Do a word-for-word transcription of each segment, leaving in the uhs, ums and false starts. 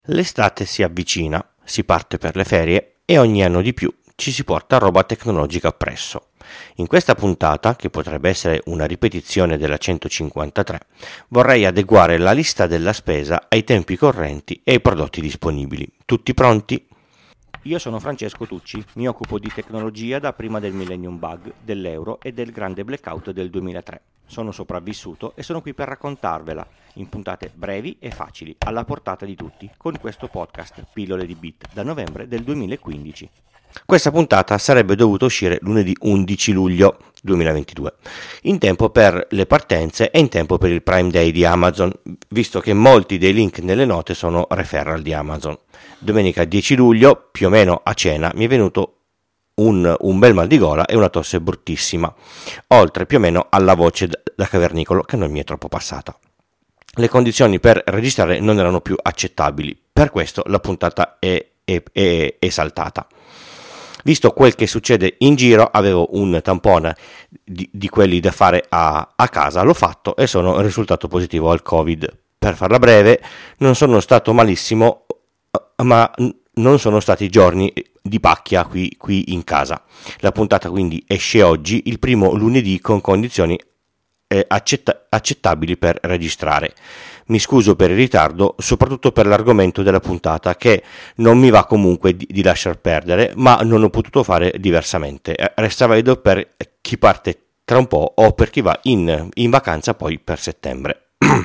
L'estate si avvicina, si parte per le ferie e ogni anno di più ci si porta roba tecnologica appresso. In questa puntata, che potrebbe essere una ripetizione della centocinquantatré, vorrei adeguare la lista della spesa ai tempi correnti e ai prodotti disponibili. Tutti pronti? Io sono Francesco Tucci, mi occupo di tecnologia da prima del Millennium Bug, dell'euro e del grande blackout del duemilatré. Sono sopravvissuto e sono qui per raccontarvela, in puntate brevi e facili, alla portata di tutti, con questo podcast Pillole di Bit da novembre del duemilaquindici. Questa puntata sarebbe dovuta uscire lunedì undici luglio duemilaventidue, in tempo per le partenze e in tempo per il Prime Day di Amazon, visto che molti dei link nelle note sono referral di Amazon. Domenica dieci luglio, più o meno a cena, mi è venuto un, un bel mal di gola e una tosse bruttissima, oltre più o meno alla voce da cavernicolo che non mi è troppo passata. Le condizioni per registrare non erano più accettabili, per questo la puntata è, è, è, è saltata. Visto quel che succede in giro, avevo un tampone di, di quelli da fare a, a casa, l'ho fatto e sono risultato positivo al Covid. Per farla breve, non sono stato malissimo, ma non sono stati giorni di pacchia qui, qui in casa. La puntata quindi esce oggi, il primo lunedì, con condizioni eh, accetta- accettabili per registrare. Mi scuso per il ritardo, soprattutto per l'argomento della puntata che non mi va comunque di, di lasciar perdere, ma non ho potuto fare diversamente. Resta valido per chi parte tra un po' o per chi va in, in vacanza poi per settembre.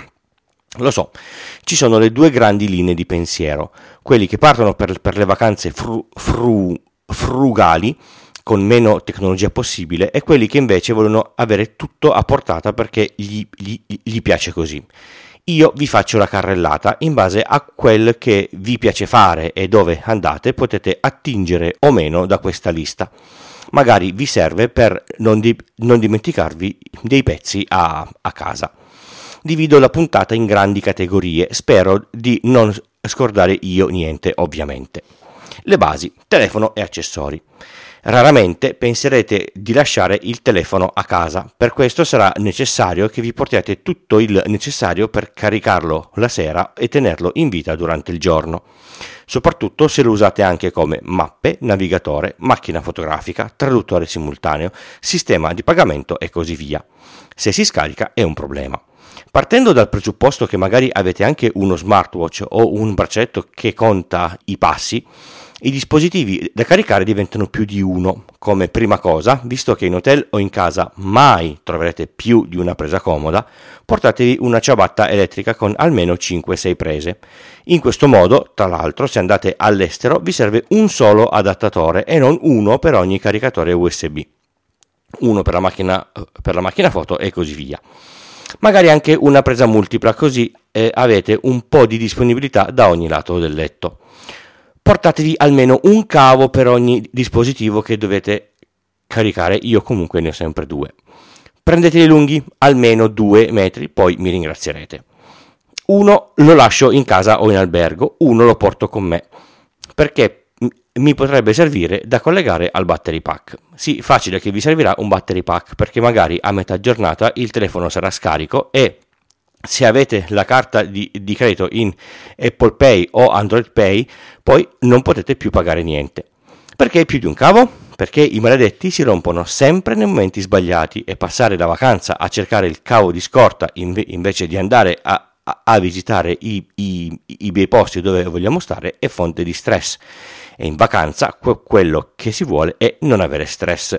Lo so, ci sono le due grandi linee di pensiero, quelli che partono per, per le vacanze fru, fru, frugali, con meno tecnologia possibile, e quelli che invece vogliono avere tutto a portata perché gli, gli, gli piace così. Io vi faccio la carrellata in base a quel che vi piace fare e dove andate potete attingere o meno da questa lista. Magari vi serve per non, di, non dimenticarvi dei pezzi a, a casa. Divido la puntata in grandi categorie, spero di non scordare io niente ovviamente. Le basi, telefono e accessori. Raramente penserete di lasciare il telefono a casa, per questo sarà necessario che vi portiate tutto il necessario per caricarlo la sera e tenerlo in vita durante il giorno, soprattutto se lo usate anche come mappe, navigatore, macchina fotografica, traduttore simultaneo, sistema di pagamento e così via. Se si scarica è un problema. Partendo dal presupposto che magari avete anche uno smartwatch o un braccialetto che conta i passi, i dispositivi da caricare diventano più di uno. Come prima cosa, visto che in hotel o in casa mai troverete più di una presa comoda, portatevi una ciabatta elettrica con almeno cinque sei prese. In questo modo, tra l'altro, se andate all'estero vi serve un solo adattatore e non uno per ogni caricatore U S B. Uno per la macchina, per la macchina foto e così via. Magari anche una presa multipla, così eh, avete un po' di disponibilità da ogni lato del letto. Portatevi almeno un cavo per ogni dispositivo che dovete caricare, io comunque ne ho sempre due. Prendeteli lunghi, almeno due metri, poi mi ringrazierete. Uno lo lascio in casa o in albergo, uno lo porto con me, perché mi potrebbe servire da collegare al battery pack. Sì, facile che vi servirà un battery pack, perché magari a metà giornata il telefono sarà scarico e se avete la carta di, di credito in Apple Pay o Android Pay, poi non potete più pagare niente. Perché più di un cavo? Perché i maledetti si rompono sempre nei momenti sbagliati e passare la vacanza a cercare il cavo di scorta inve- invece di andare a, a, a visitare i, i, i bei posti dove vogliamo stare è fonte di stress. E in vacanza que- quello che si vuole è non avere stress.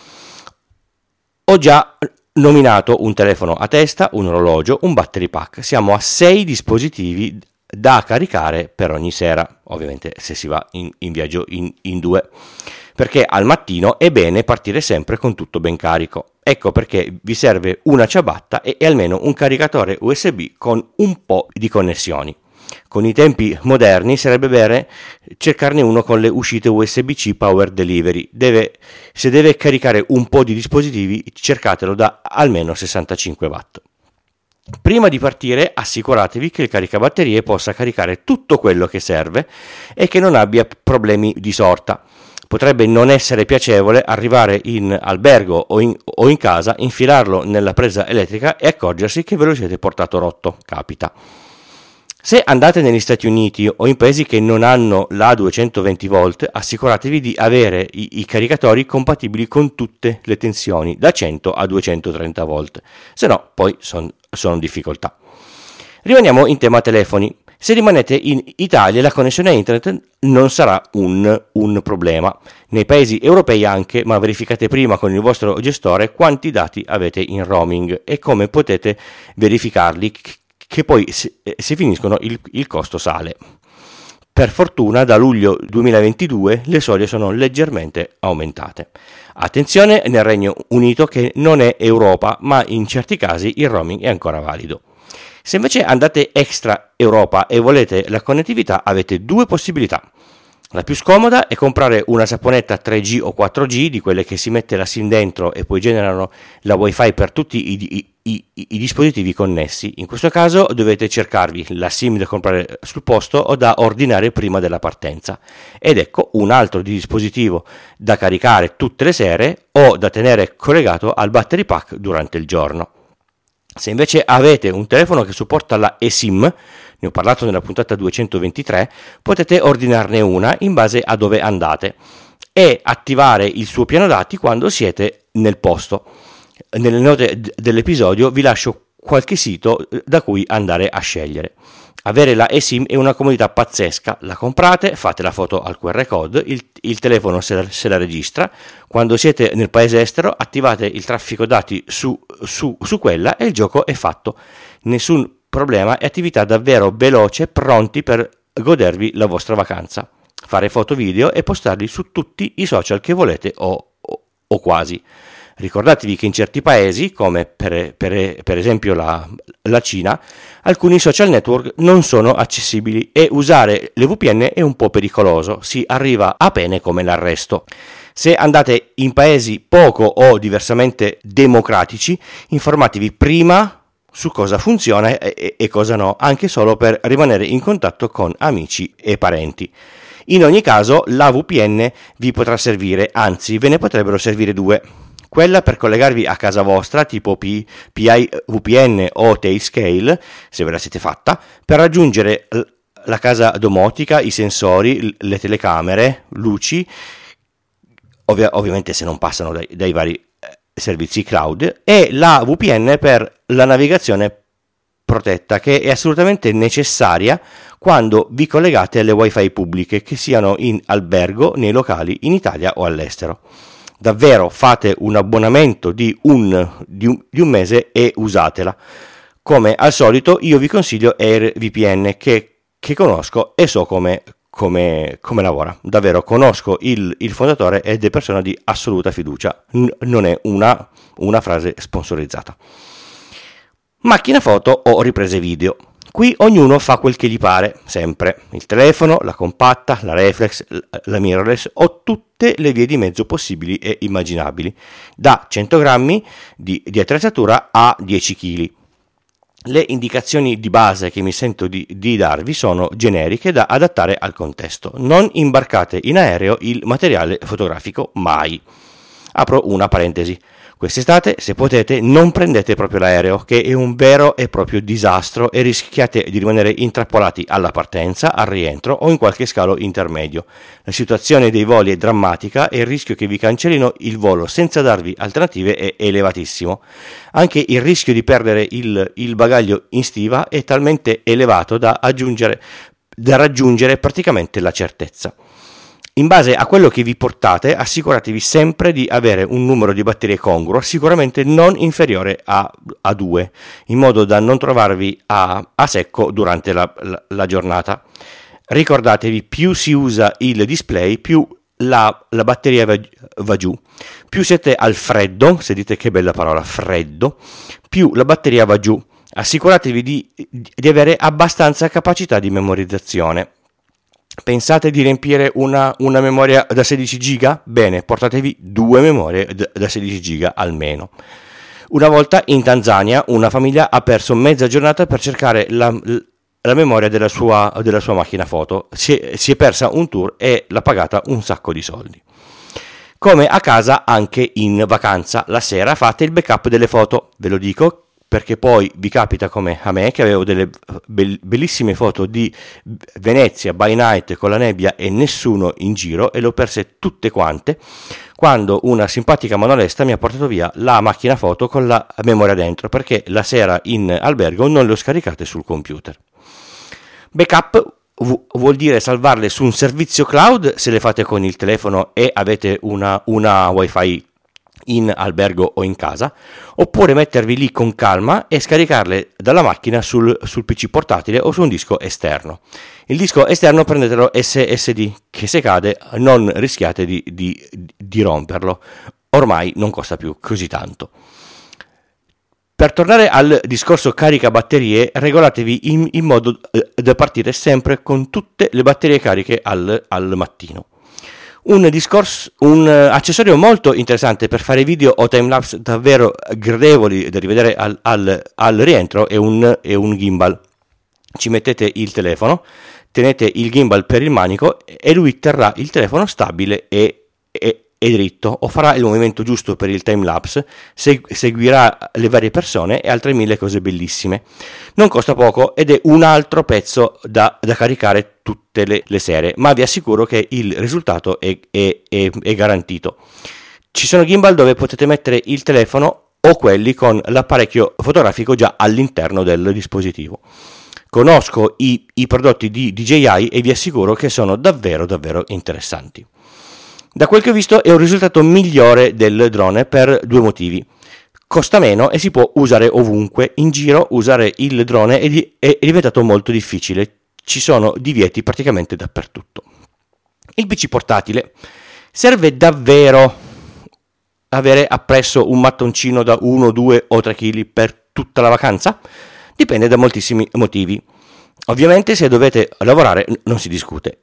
Ho già nominato un telefono a testa, un orologio, un battery pack. Siamo a sei dispositivi da caricare per ogni sera, ovviamente se si va in, in viaggio in, in due, perché al mattino è bene partire sempre con tutto ben carico. Ecco perché vi serve una ciabatta e, e almeno un caricatore U S B con un po' di connessioni. Con i tempi moderni sarebbe bene cercarne uno con le uscite U S B C Power Delivery. Deve, se deve caricare un po' di dispositivi, cercatelo da almeno sessantacinque watt. Prima di partire assicuratevi che il caricabatterie possa caricare tutto quello che serve e che non abbia problemi di sorta. Potrebbe non essere piacevole arrivare in albergo o in, o in casa, infilarlo nella presa elettrica e accorgersi che ve lo siete portato rotto. Capita. Se andate negli Stati Uniti o in paesi che non hanno la duecentoventi volt, assicuratevi di avere i, i caricatori compatibili con tutte le tensioni, da cento a duecentotrenta volt, se no poi son, sono difficoltà. Rimaniamo in tema telefoni. Se rimanete in Italia la connessione a internet non sarà un, un problema. Nei paesi europei anche, ma verificate prima con il vostro gestore quanti dati avete in roaming e come potete verificarli, che poi se, se finiscono il, il costo sale. Per fortuna da luglio duemilaventidue le soglie sono leggermente aumentate. Attenzione nel Regno Unito, che non è Europa, ma in certi casi il roaming è ancora valido. Se invece andate extra Europa e volete la connettività, avete due possibilità. La più scomoda è comprare una saponetta tre G o quattro G, di quelle che si mette la SIM dentro e poi generano la Wi-Fi per tutti i, i, i, i dispositivi connessi. In questo caso dovete cercarvi la SIM da comprare sul posto o da ordinare prima della partenza. Ed ecco un altro dispositivo da caricare tutte le sere o da tenere collegato al battery pack durante il giorno. Se invece avete un telefono che supporta la eSIM, ne ho parlato nella puntata duecentoventitré, potete ordinarne una in base a dove andate e attivare il suo piano dati quando siete nel posto. Nelle note dell'episodio vi lascio qualche sito da cui andare a scegliere. Avere la eSIM è una comodità pazzesca, la comprate, fate la foto al Q R code, il, il telefono se la, se la registra, quando siete nel paese estero attivate il traffico dati su, su, su quella e il gioco è fatto. Nessun problema, è attività davvero veloce, pronti per godervi la vostra vacanza, fare foto video e postarli su tutti i social che volete o, o, o quasi. Ricordatevi che in certi paesi, come per, per, per esempio la, la Cina, alcuni social network non sono accessibili e usare le V P N è un po' pericoloso, si arriva a pene come l'arresto. Se andate in paesi poco o diversamente democratici, informatevi prima su cosa funziona e, e cosa no, anche solo per rimanere in contatto con amici e parenti. In ogni caso, la V P N vi potrà servire, anzi ve ne potrebbero servire due. Quella per collegarvi a casa vostra, tipo P I V P N o Tailscale, se ve la siete fatta, per raggiungere la casa domotica, i sensori, le telecamere, luci, ovvia- ovviamente se non passano dai, dai vari servizi cloud, e la V P N per la navigazione protetta, che è assolutamente necessaria quando vi collegate alle wifi pubbliche, che siano in albergo, nei locali, in Italia o all'estero. Davvero fate un abbonamento di un, di un, di un mese e usatela. Come al solito io vi consiglio AirVPN, che, che conosco e so come, come, come lavora. Davvero conosco il, il fondatore ed è persona di assoluta fiducia, N- non è una, una frase sponsorizzata. Macchina foto o riprese video. Qui ognuno fa quel che gli pare, sempre. Il telefono, la compatta, la reflex, la mirrorless o tutte le vie di mezzo possibili e immaginabili, da cento grammi di, di attrezzatura a dieci chili. Le indicazioni di base che mi sento di, di darvi sono generiche da adattare al contesto. Non imbarcate in aereo il materiale fotografico mai. Apro una parentesi. Quest'estate, se potete, non prendete proprio l'aereo, che è un vero e proprio disastro e rischiate di rimanere intrappolati alla partenza, al rientro o in qualche scalo intermedio. La situazione dei voli è drammatica e il rischio che vi cancellino il volo senza darvi alternative è elevatissimo. Anche il rischio di perdere il, il bagaglio in stiva è talmente elevato da, aggiungere, da raggiungere praticamente la certezza. In base a quello che vi portate, assicuratevi sempre di avere un numero di batterie congruo, sicuramente non inferiore a, a due, in modo da non trovarvi a, a secco durante la, la, la giornata. Ricordatevi, più si usa il display, più la, la batteria va, va giù. Più siete al freddo, se dite che bella parola, freddo, più la batteria va giù. Assicuratevi di, di avere abbastanza capacità di memorizzazione. Pensate di riempire una, una memoria da sedici giga? Bene, portatevi due memorie d- da sedici giga almeno. Una volta in Tanzania una famiglia ha perso mezza giornata per cercare la, la memoria della sua, della sua macchina foto. Si è, si è persa un tour e l'ha pagata un sacco di soldi. Come a casa, anche in vacanza, la sera fate il backup delle foto. Ve lo dico perché poi vi capita come a me che avevo delle bellissime foto di Venezia by night con la nebbia e nessuno in giro, e le ho perse tutte quante quando una simpatica monolesta mi ha portato via la macchina foto con la memoria dentro, perché la sera in albergo non le ho scaricate sul computer. Backup vuol dire salvarle su un servizio cloud se le fate con il telefono e avete una, una wifi in albergo o in casa, oppure mettervi lì con calma e scaricarle dalla macchina sul, sul P C portatile o su un disco esterno. Il disco esterno prendetelo S S D, che se cade non rischiate di, di, di romperlo, ormai non costa più così tanto. Per tornare al discorso carica batterie, regolatevi in, in modo da partire sempre con tutte le batterie cariche al, al mattino. Un, discorso, un accessorio molto interessante per fare video o timelapse davvero gradevoli da rivedere al, al, al rientro è un, è un gimbal. Ci mettete il telefono, tenete il gimbal per il manico e lui terrà il telefono stabile e, e, e dritto, o farà il movimento giusto per il timelapse, segu- seguirà le varie persone e altre mille cose bellissime. Non costa poco ed è un altro pezzo da, da caricare tutte le, le sere, ma vi assicuro che il risultato è, è, è, è garantito. Ci sono gimbal dove potete mettere il telefono o quelli con l'apparecchio fotografico già all'interno del dispositivo. Conosco i, i prodotti di D J I e vi assicuro che sono davvero davvero interessanti. Da quel che ho visto è un risultato migliore del drone per due motivi. Costa meno e si può usare ovunque. In giro usare il drone è, di, è diventato molto difficile. Ci sono divieti praticamente dappertutto. Il P C portatile serve davvero avere appresso un mattoncino da uno, due o tre chili per tutta la vacanza? Dipende da moltissimi motivi. Ovviamente se dovete lavorare non si discute,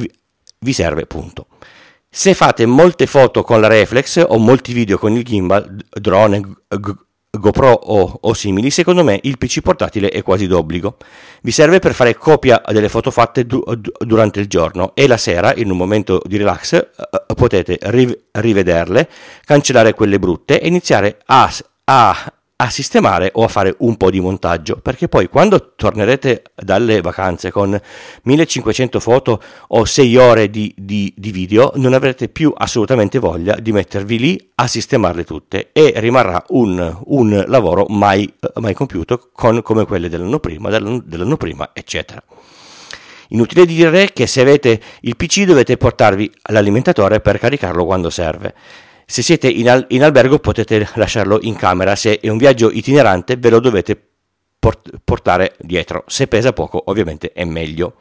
vi serve, punto. Se fate molte foto con la reflex o molti video con il gimbal, drone, GoPro o, o simili, secondo me il P C portatile è quasi d'obbligo. Vi serve per fare copia delle foto fatte du- du- durante il giorno, e la sera, in un momento di relax, eh, potete riv- rivederle, cancellare quelle brutte e iniziare a, a a sistemare o a fare un po' di montaggio, perché poi quando tornerete dalle vacanze con millecinquecento foto o sei ore di, di, di video non avrete più assolutamente voglia di mettervi lì a sistemarle tutte, e rimarrà un, un lavoro mai, mai compiuto con, come quelle dell'anno prima, dell'anno, dell'anno prima eccetera. Inutile dire che se avete il P C dovete portarvi l'alimentatore per caricarlo quando serve. Se siete in, al- in albergo potete lasciarlo in camera, se è un viaggio itinerante ve lo dovete port- portare dietro, se pesa poco ovviamente è meglio.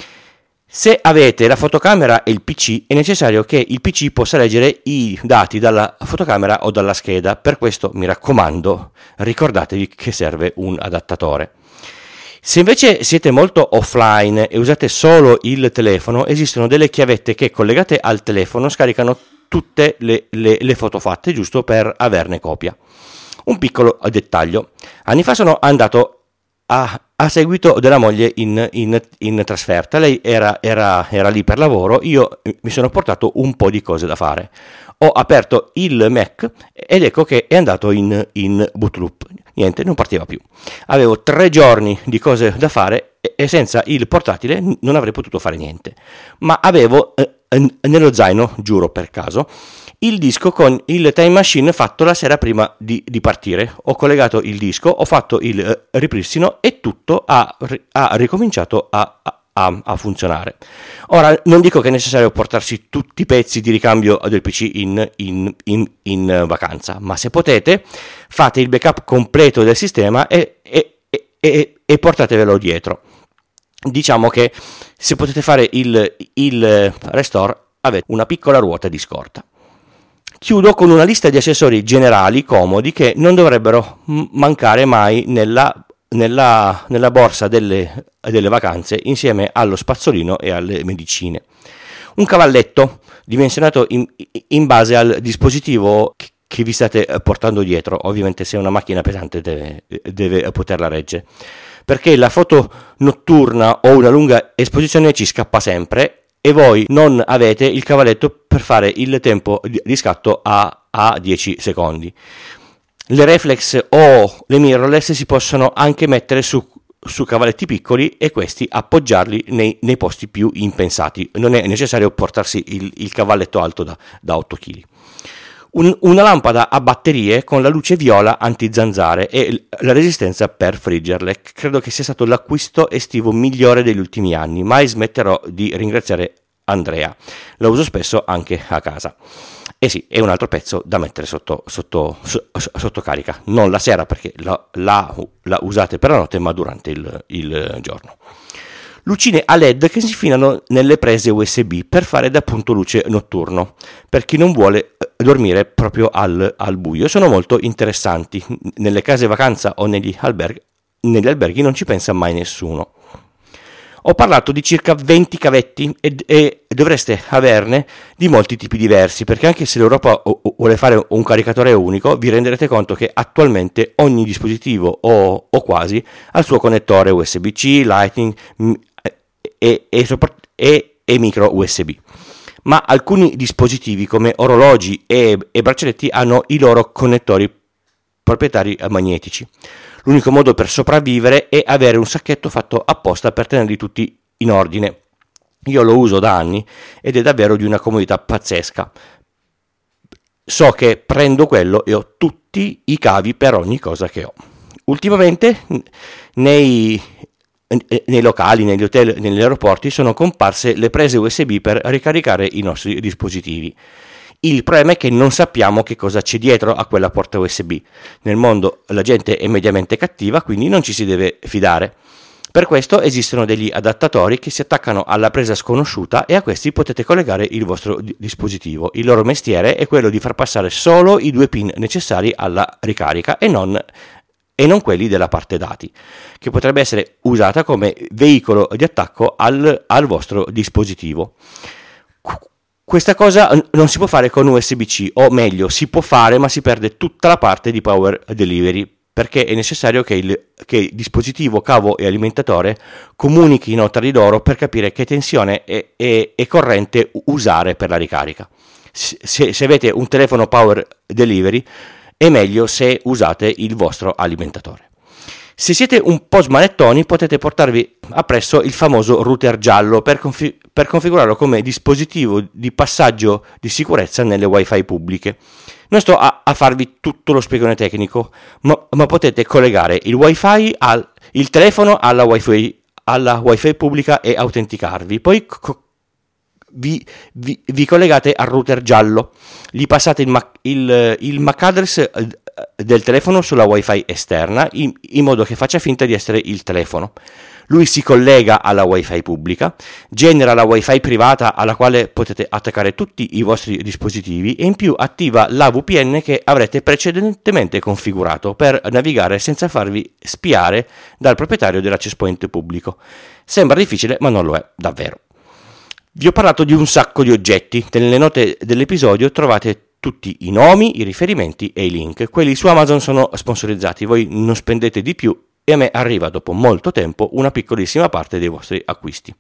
Se avete la fotocamera e il P C è necessario che il P C possa leggere i dati dalla fotocamera o dalla scheda, per questo mi raccomando ricordatevi che serve un adattatore. Se invece siete molto offline e usate solo il telefono, esistono delle chiavette che collegate al telefono scaricano tutte le, le, le foto fatte, giusto per averne copia. Un piccolo dettaglio: anni fa sono andato a, a seguito della moglie in, in, in trasferta. Lei era, era, era lì per lavoro, io mi sono portato un po' di cose da fare. Ho aperto il Mac ed ecco che è andato in, in bootloop. Niente, non partiva più. Avevo tre giorni di cose da fare e senza il portatile non avrei potuto fare niente. Ma avevo eh, nello zaino, giuro per caso, il disco con il Time Machine fatto la sera prima di, di partire. Ho collegato il disco, ho fatto il eh, ripristino e tutto ha, ha ricominciato a, a A, a funzionare. Ora non dico che è necessario portarsi tutti i pezzi di ricambio del P C in, in, in, in vacanza, ma se potete fate il backup completo del sistema e, e, e, e portatevelo dietro. Diciamo che se potete fare il, il restore avete una piccola ruota di scorta. Chiudo con una lista di accessori generali comodi che non dovrebbero mancare mai nella Nella, nella borsa delle, delle vacanze, insieme allo spazzolino e alle medicine. Un cavalletto dimensionato in, in base al dispositivo che vi state portando dietro. Ovviamente se è una macchina pesante deve, deve poterla reggere, perché la foto notturna o una lunga esposizione ci scappa sempre e voi non avete il cavalletto per fare il tempo di scatto a, a dieci secondi. Le reflex o le mirrorless si possono anche mettere su, su cavalletti piccoli e questi appoggiarli nei, nei posti più impensati. Non è necessario portarsi il, il cavalletto alto da, da otto chili. Un, una lampada a batterie con la luce viola anti-zanzare e la resistenza per friggerle. Credo che sia stato l'acquisto estivo migliore degli ultimi anni. Mai smetterò di ringraziare Andrea. La uso spesso anche a casa. E sì, è un altro pezzo da mettere sotto, sotto, sotto carica, non la sera perché la, la, la usate per la notte, ma durante il, il giorno. Lucine a led che si infilano nelle prese U S B per fare da punto luce notturno, per chi non vuole dormire proprio al, al buio. Sono molto interessanti, nelle case vacanza o negli alberghi, negli alberghi non ci pensa mai nessuno. Ho parlato di circa venti cavetti e, e dovreste averne di molti tipi diversi, perché anche se l'Europa vuole fare un caricatore unico, vi renderete conto che attualmente ogni dispositivo o, o quasi ha il suo connettore U S B C, Lightning e, e, e, e micro U S B. Ma alcuni dispositivi come orologi e, e braccialetti hanno i loro connettori proprietari magnetici. L'unico modo per sopravvivere è avere un sacchetto fatto apposta per tenerli tutti in ordine. Io lo uso da anni ed è davvero di una comodità pazzesca. So che prendo quello e ho tutti i cavi per ogni cosa che ho. Ultimamente nei, nei locali, negli hotel, negli aeroporti sono comparse le prese U S B per ricaricare i nostri dispositivi. Il problema è che non sappiamo che cosa c'è dietro a quella porta U S B. Nel mondo la gente è mediamente cattiva, quindi non ci si deve fidare. Per questo esistono degli adattatori che si attaccano alla presa sconosciuta e a questi potete collegare il vostro dispositivo. Il loro mestiere è quello di far passare solo i due pin necessari alla ricarica e non, e non quelli della parte dati, che potrebbe essere usata come veicolo di attacco al, al vostro dispositivo. Questa cosa non si può fare con U S B C, o meglio, si può fare ma si perde tutta la parte di power delivery, perché è necessario che il, che il dispositivo, cavo e alimentatore comunichino tra di loro per capire che tensione e, e, e corrente usare per la ricarica. Se, se avete un telefono power delivery è meglio se usate il vostro alimentatore. Se siete un po' smanettoni potete portarvi appresso il famoso router giallo per, confi- per configurarlo come dispositivo di passaggio di sicurezza nelle wifi pubbliche. Non sto a, a farvi tutto lo spiegone tecnico, ma, ma potete collegare il wifi al il telefono alla wifi, alla wifi pubblica e autenticarvi. Poi co- vi, vi, vi collegate al router giallo, gli passate il, ma- il, il M A C address del telefono sulla wifi esterna in, in modo che faccia finta di essere il telefono. Lui si collega alla wifi pubblica, genera la wifi privata alla quale potete attaccare tutti i vostri dispositivi e in più attiva la V P N che avrete precedentemente configurato per navigare senza farvi spiare dal proprietario dell'access point pubblico. Sembra difficile, ma non lo è davvero. Vi ho parlato di un sacco di oggetti. Nelle note dell'episodio trovate tutti i nomi, i riferimenti e i link. Quelli su Amazon sono sponsorizzati, voi non spendete di più e a me arriva dopo molto tempo una piccolissima parte dei vostri acquisti.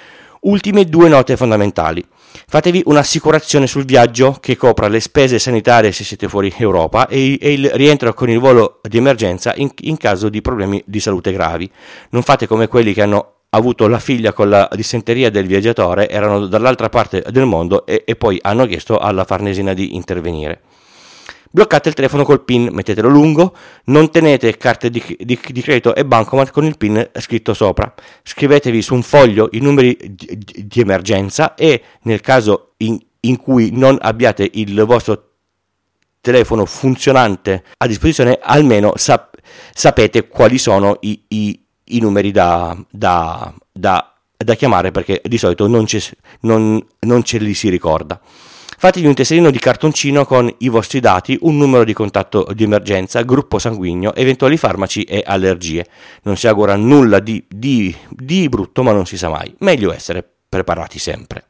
Ultime due note fondamentali. Fatevi un'assicurazione sul viaggio che copra le spese sanitarie se siete fuori Europa e, e il rientro con il volo di emergenza in, in caso di problemi di salute gravi. Non fate come quelli che hanno avuto la figlia con la dissenteria del viaggiatore, erano dall'altra parte del mondo e, e poi hanno chiesto alla Farnesina di intervenire. Bloccate il telefono col PIN, mettetelo lungo, non tenete carte di, di, di credito e bancomat con il PIN scritto sopra. Scrivetevi su un foglio i numeri di, di, di emergenza e nel caso in, in cui non abbiate il vostro telefono funzionante a disposizione, almeno sap, sapete quali sono i, i i numeri da, da, da, da chiamare, perché di solito non, non, non ce li si ricorda. Fatevi un tesserino di cartoncino con i vostri dati, un numero di contatto di emergenza, gruppo sanguigno, eventuali farmaci e allergie. Non si augura nulla di, di, di brutto, ma non si sa mai. Meglio essere preparati sempre.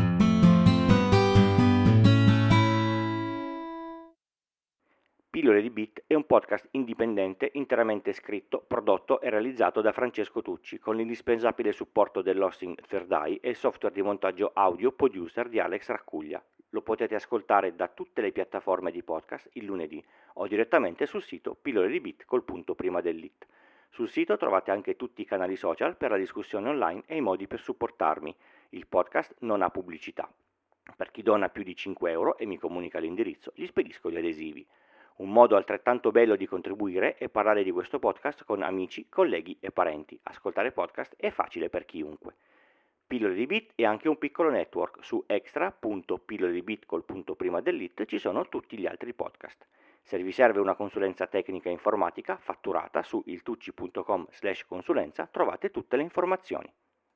Pillole di Bit è un podcast indipendente interamente scritto, prodotto e realizzato da Francesco Tucci con l'indispensabile supporto dell'hosting Third Eye e il software di montaggio audio Producer di Alex Raccuglia. Lo potete ascoltare da tutte le piattaforme di podcast il lunedì o direttamente sul sito Pillole di Bit col punto prima dell'it. Sul sito trovate anche tutti i canali social per la discussione online e i modi per supportarmi. Il podcast non ha pubblicità. Per chi dona più di cinque euro e mi comunica l'indirizzo, gli spedisco gli adesivi. Un modo altrettanto bello di contribuire è parlare di questo podcast con amici, colleghi e parenti. Ascoltare podcast è facile per chiunque. Pillole di Bit è anche un piccolo network. Su extra punto pillole di bit col punto prima dell'it ci sono tutti gli altri podcast. Se vi serve una consulenza tecnica e informatica fatturata su iltucci punto com slash consulenza trovate tutte le informazioni.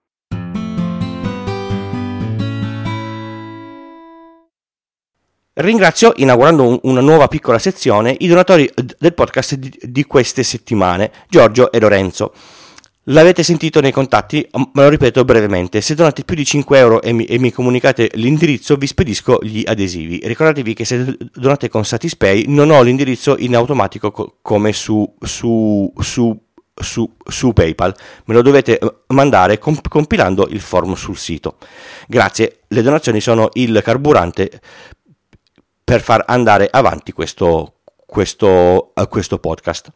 Ringrazio, inaugurando un, una nuova piccola sezione, i donatori del podcast di, di queste settimane, Giorgio e Lorenzo. L'avete sentito nei contatti, ma lo ripeto brevemente: se donate più di cinque euro e mi, e mi comunicate l'indirizzo, vi spedisco gli adesivi. Ricordatevi che se donate con Satispay non ho l'indirizzo in automatico co- come su, su, su, su, su PayPal, me lo dovete mandare comp- compilando il form sul sito. Grazie, le donazioni sono il carburante per far andare avanti questo, questo, questo podcast.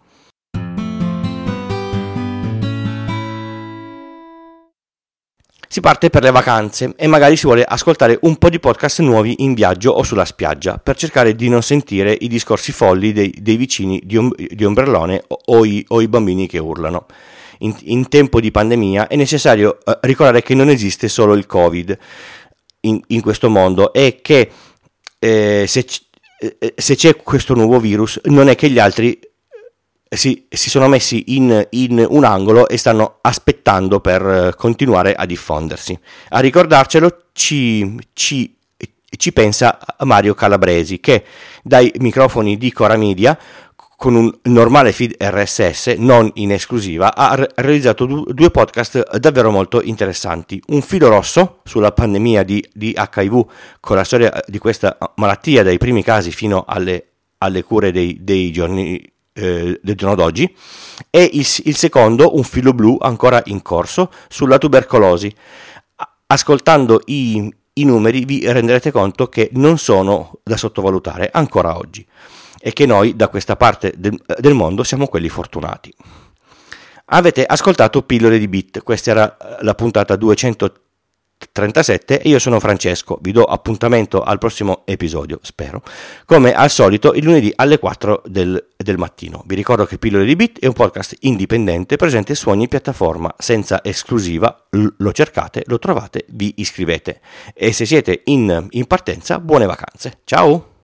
Si parte per le vacanze e magari si vuole ascoltare un po' di podcast nuovi in viaggio o sulla spiaggia per cercare di non sentire i discorsi folli dei, dei vicini di, om, di ombrellone o, o, i, o i bambini che urlano. In, in tempo di pandemia è necessario eh, ricordare che non esiste solo il Covid in, in questo mondo e che eh, se, eh, se c'è questo nuovo virus non è che gli altri Si, si sono messi in, in un angolo e stanno aspettando per continuare a diffondersi. A ricordarcelo ci, ci, ci pensa Mario Calabresi, che dai microfoni di Cora Media, con un normale feed R S S, non in esclusiva, ha realizzato due podcast davvero molto interessanti. Un filo rosso sulla pandemia di, di H I V, con la storia di questa malattia dai primi casi fino alle, alle cure dei, dei giorni del giorno d'oggi, e il, il secondo, un filo blu ancora in corso, sulla tubercolosi. Ascoltando i, i numeri vi renderete conto che non sono da sottovalutare ancora oggi e che noi da questa parte del, del mondo siamo quelli fortunati. Avete ascoltato Pillole di Bit, questa era la puntata duecentotrentasette e io sono Francesco. Vi do appuntamento al prossimo episodio, spero, come al solito il lunedì alle quattro del, del mattino. Vi ricordo che Pillole di Bit è un podcast indipendente presente su ogni piattaforma, senza esclusiva. Lo cercate, lo trovate, vi iscrivete e se siete in, in partenza, buone vacanze, ciao!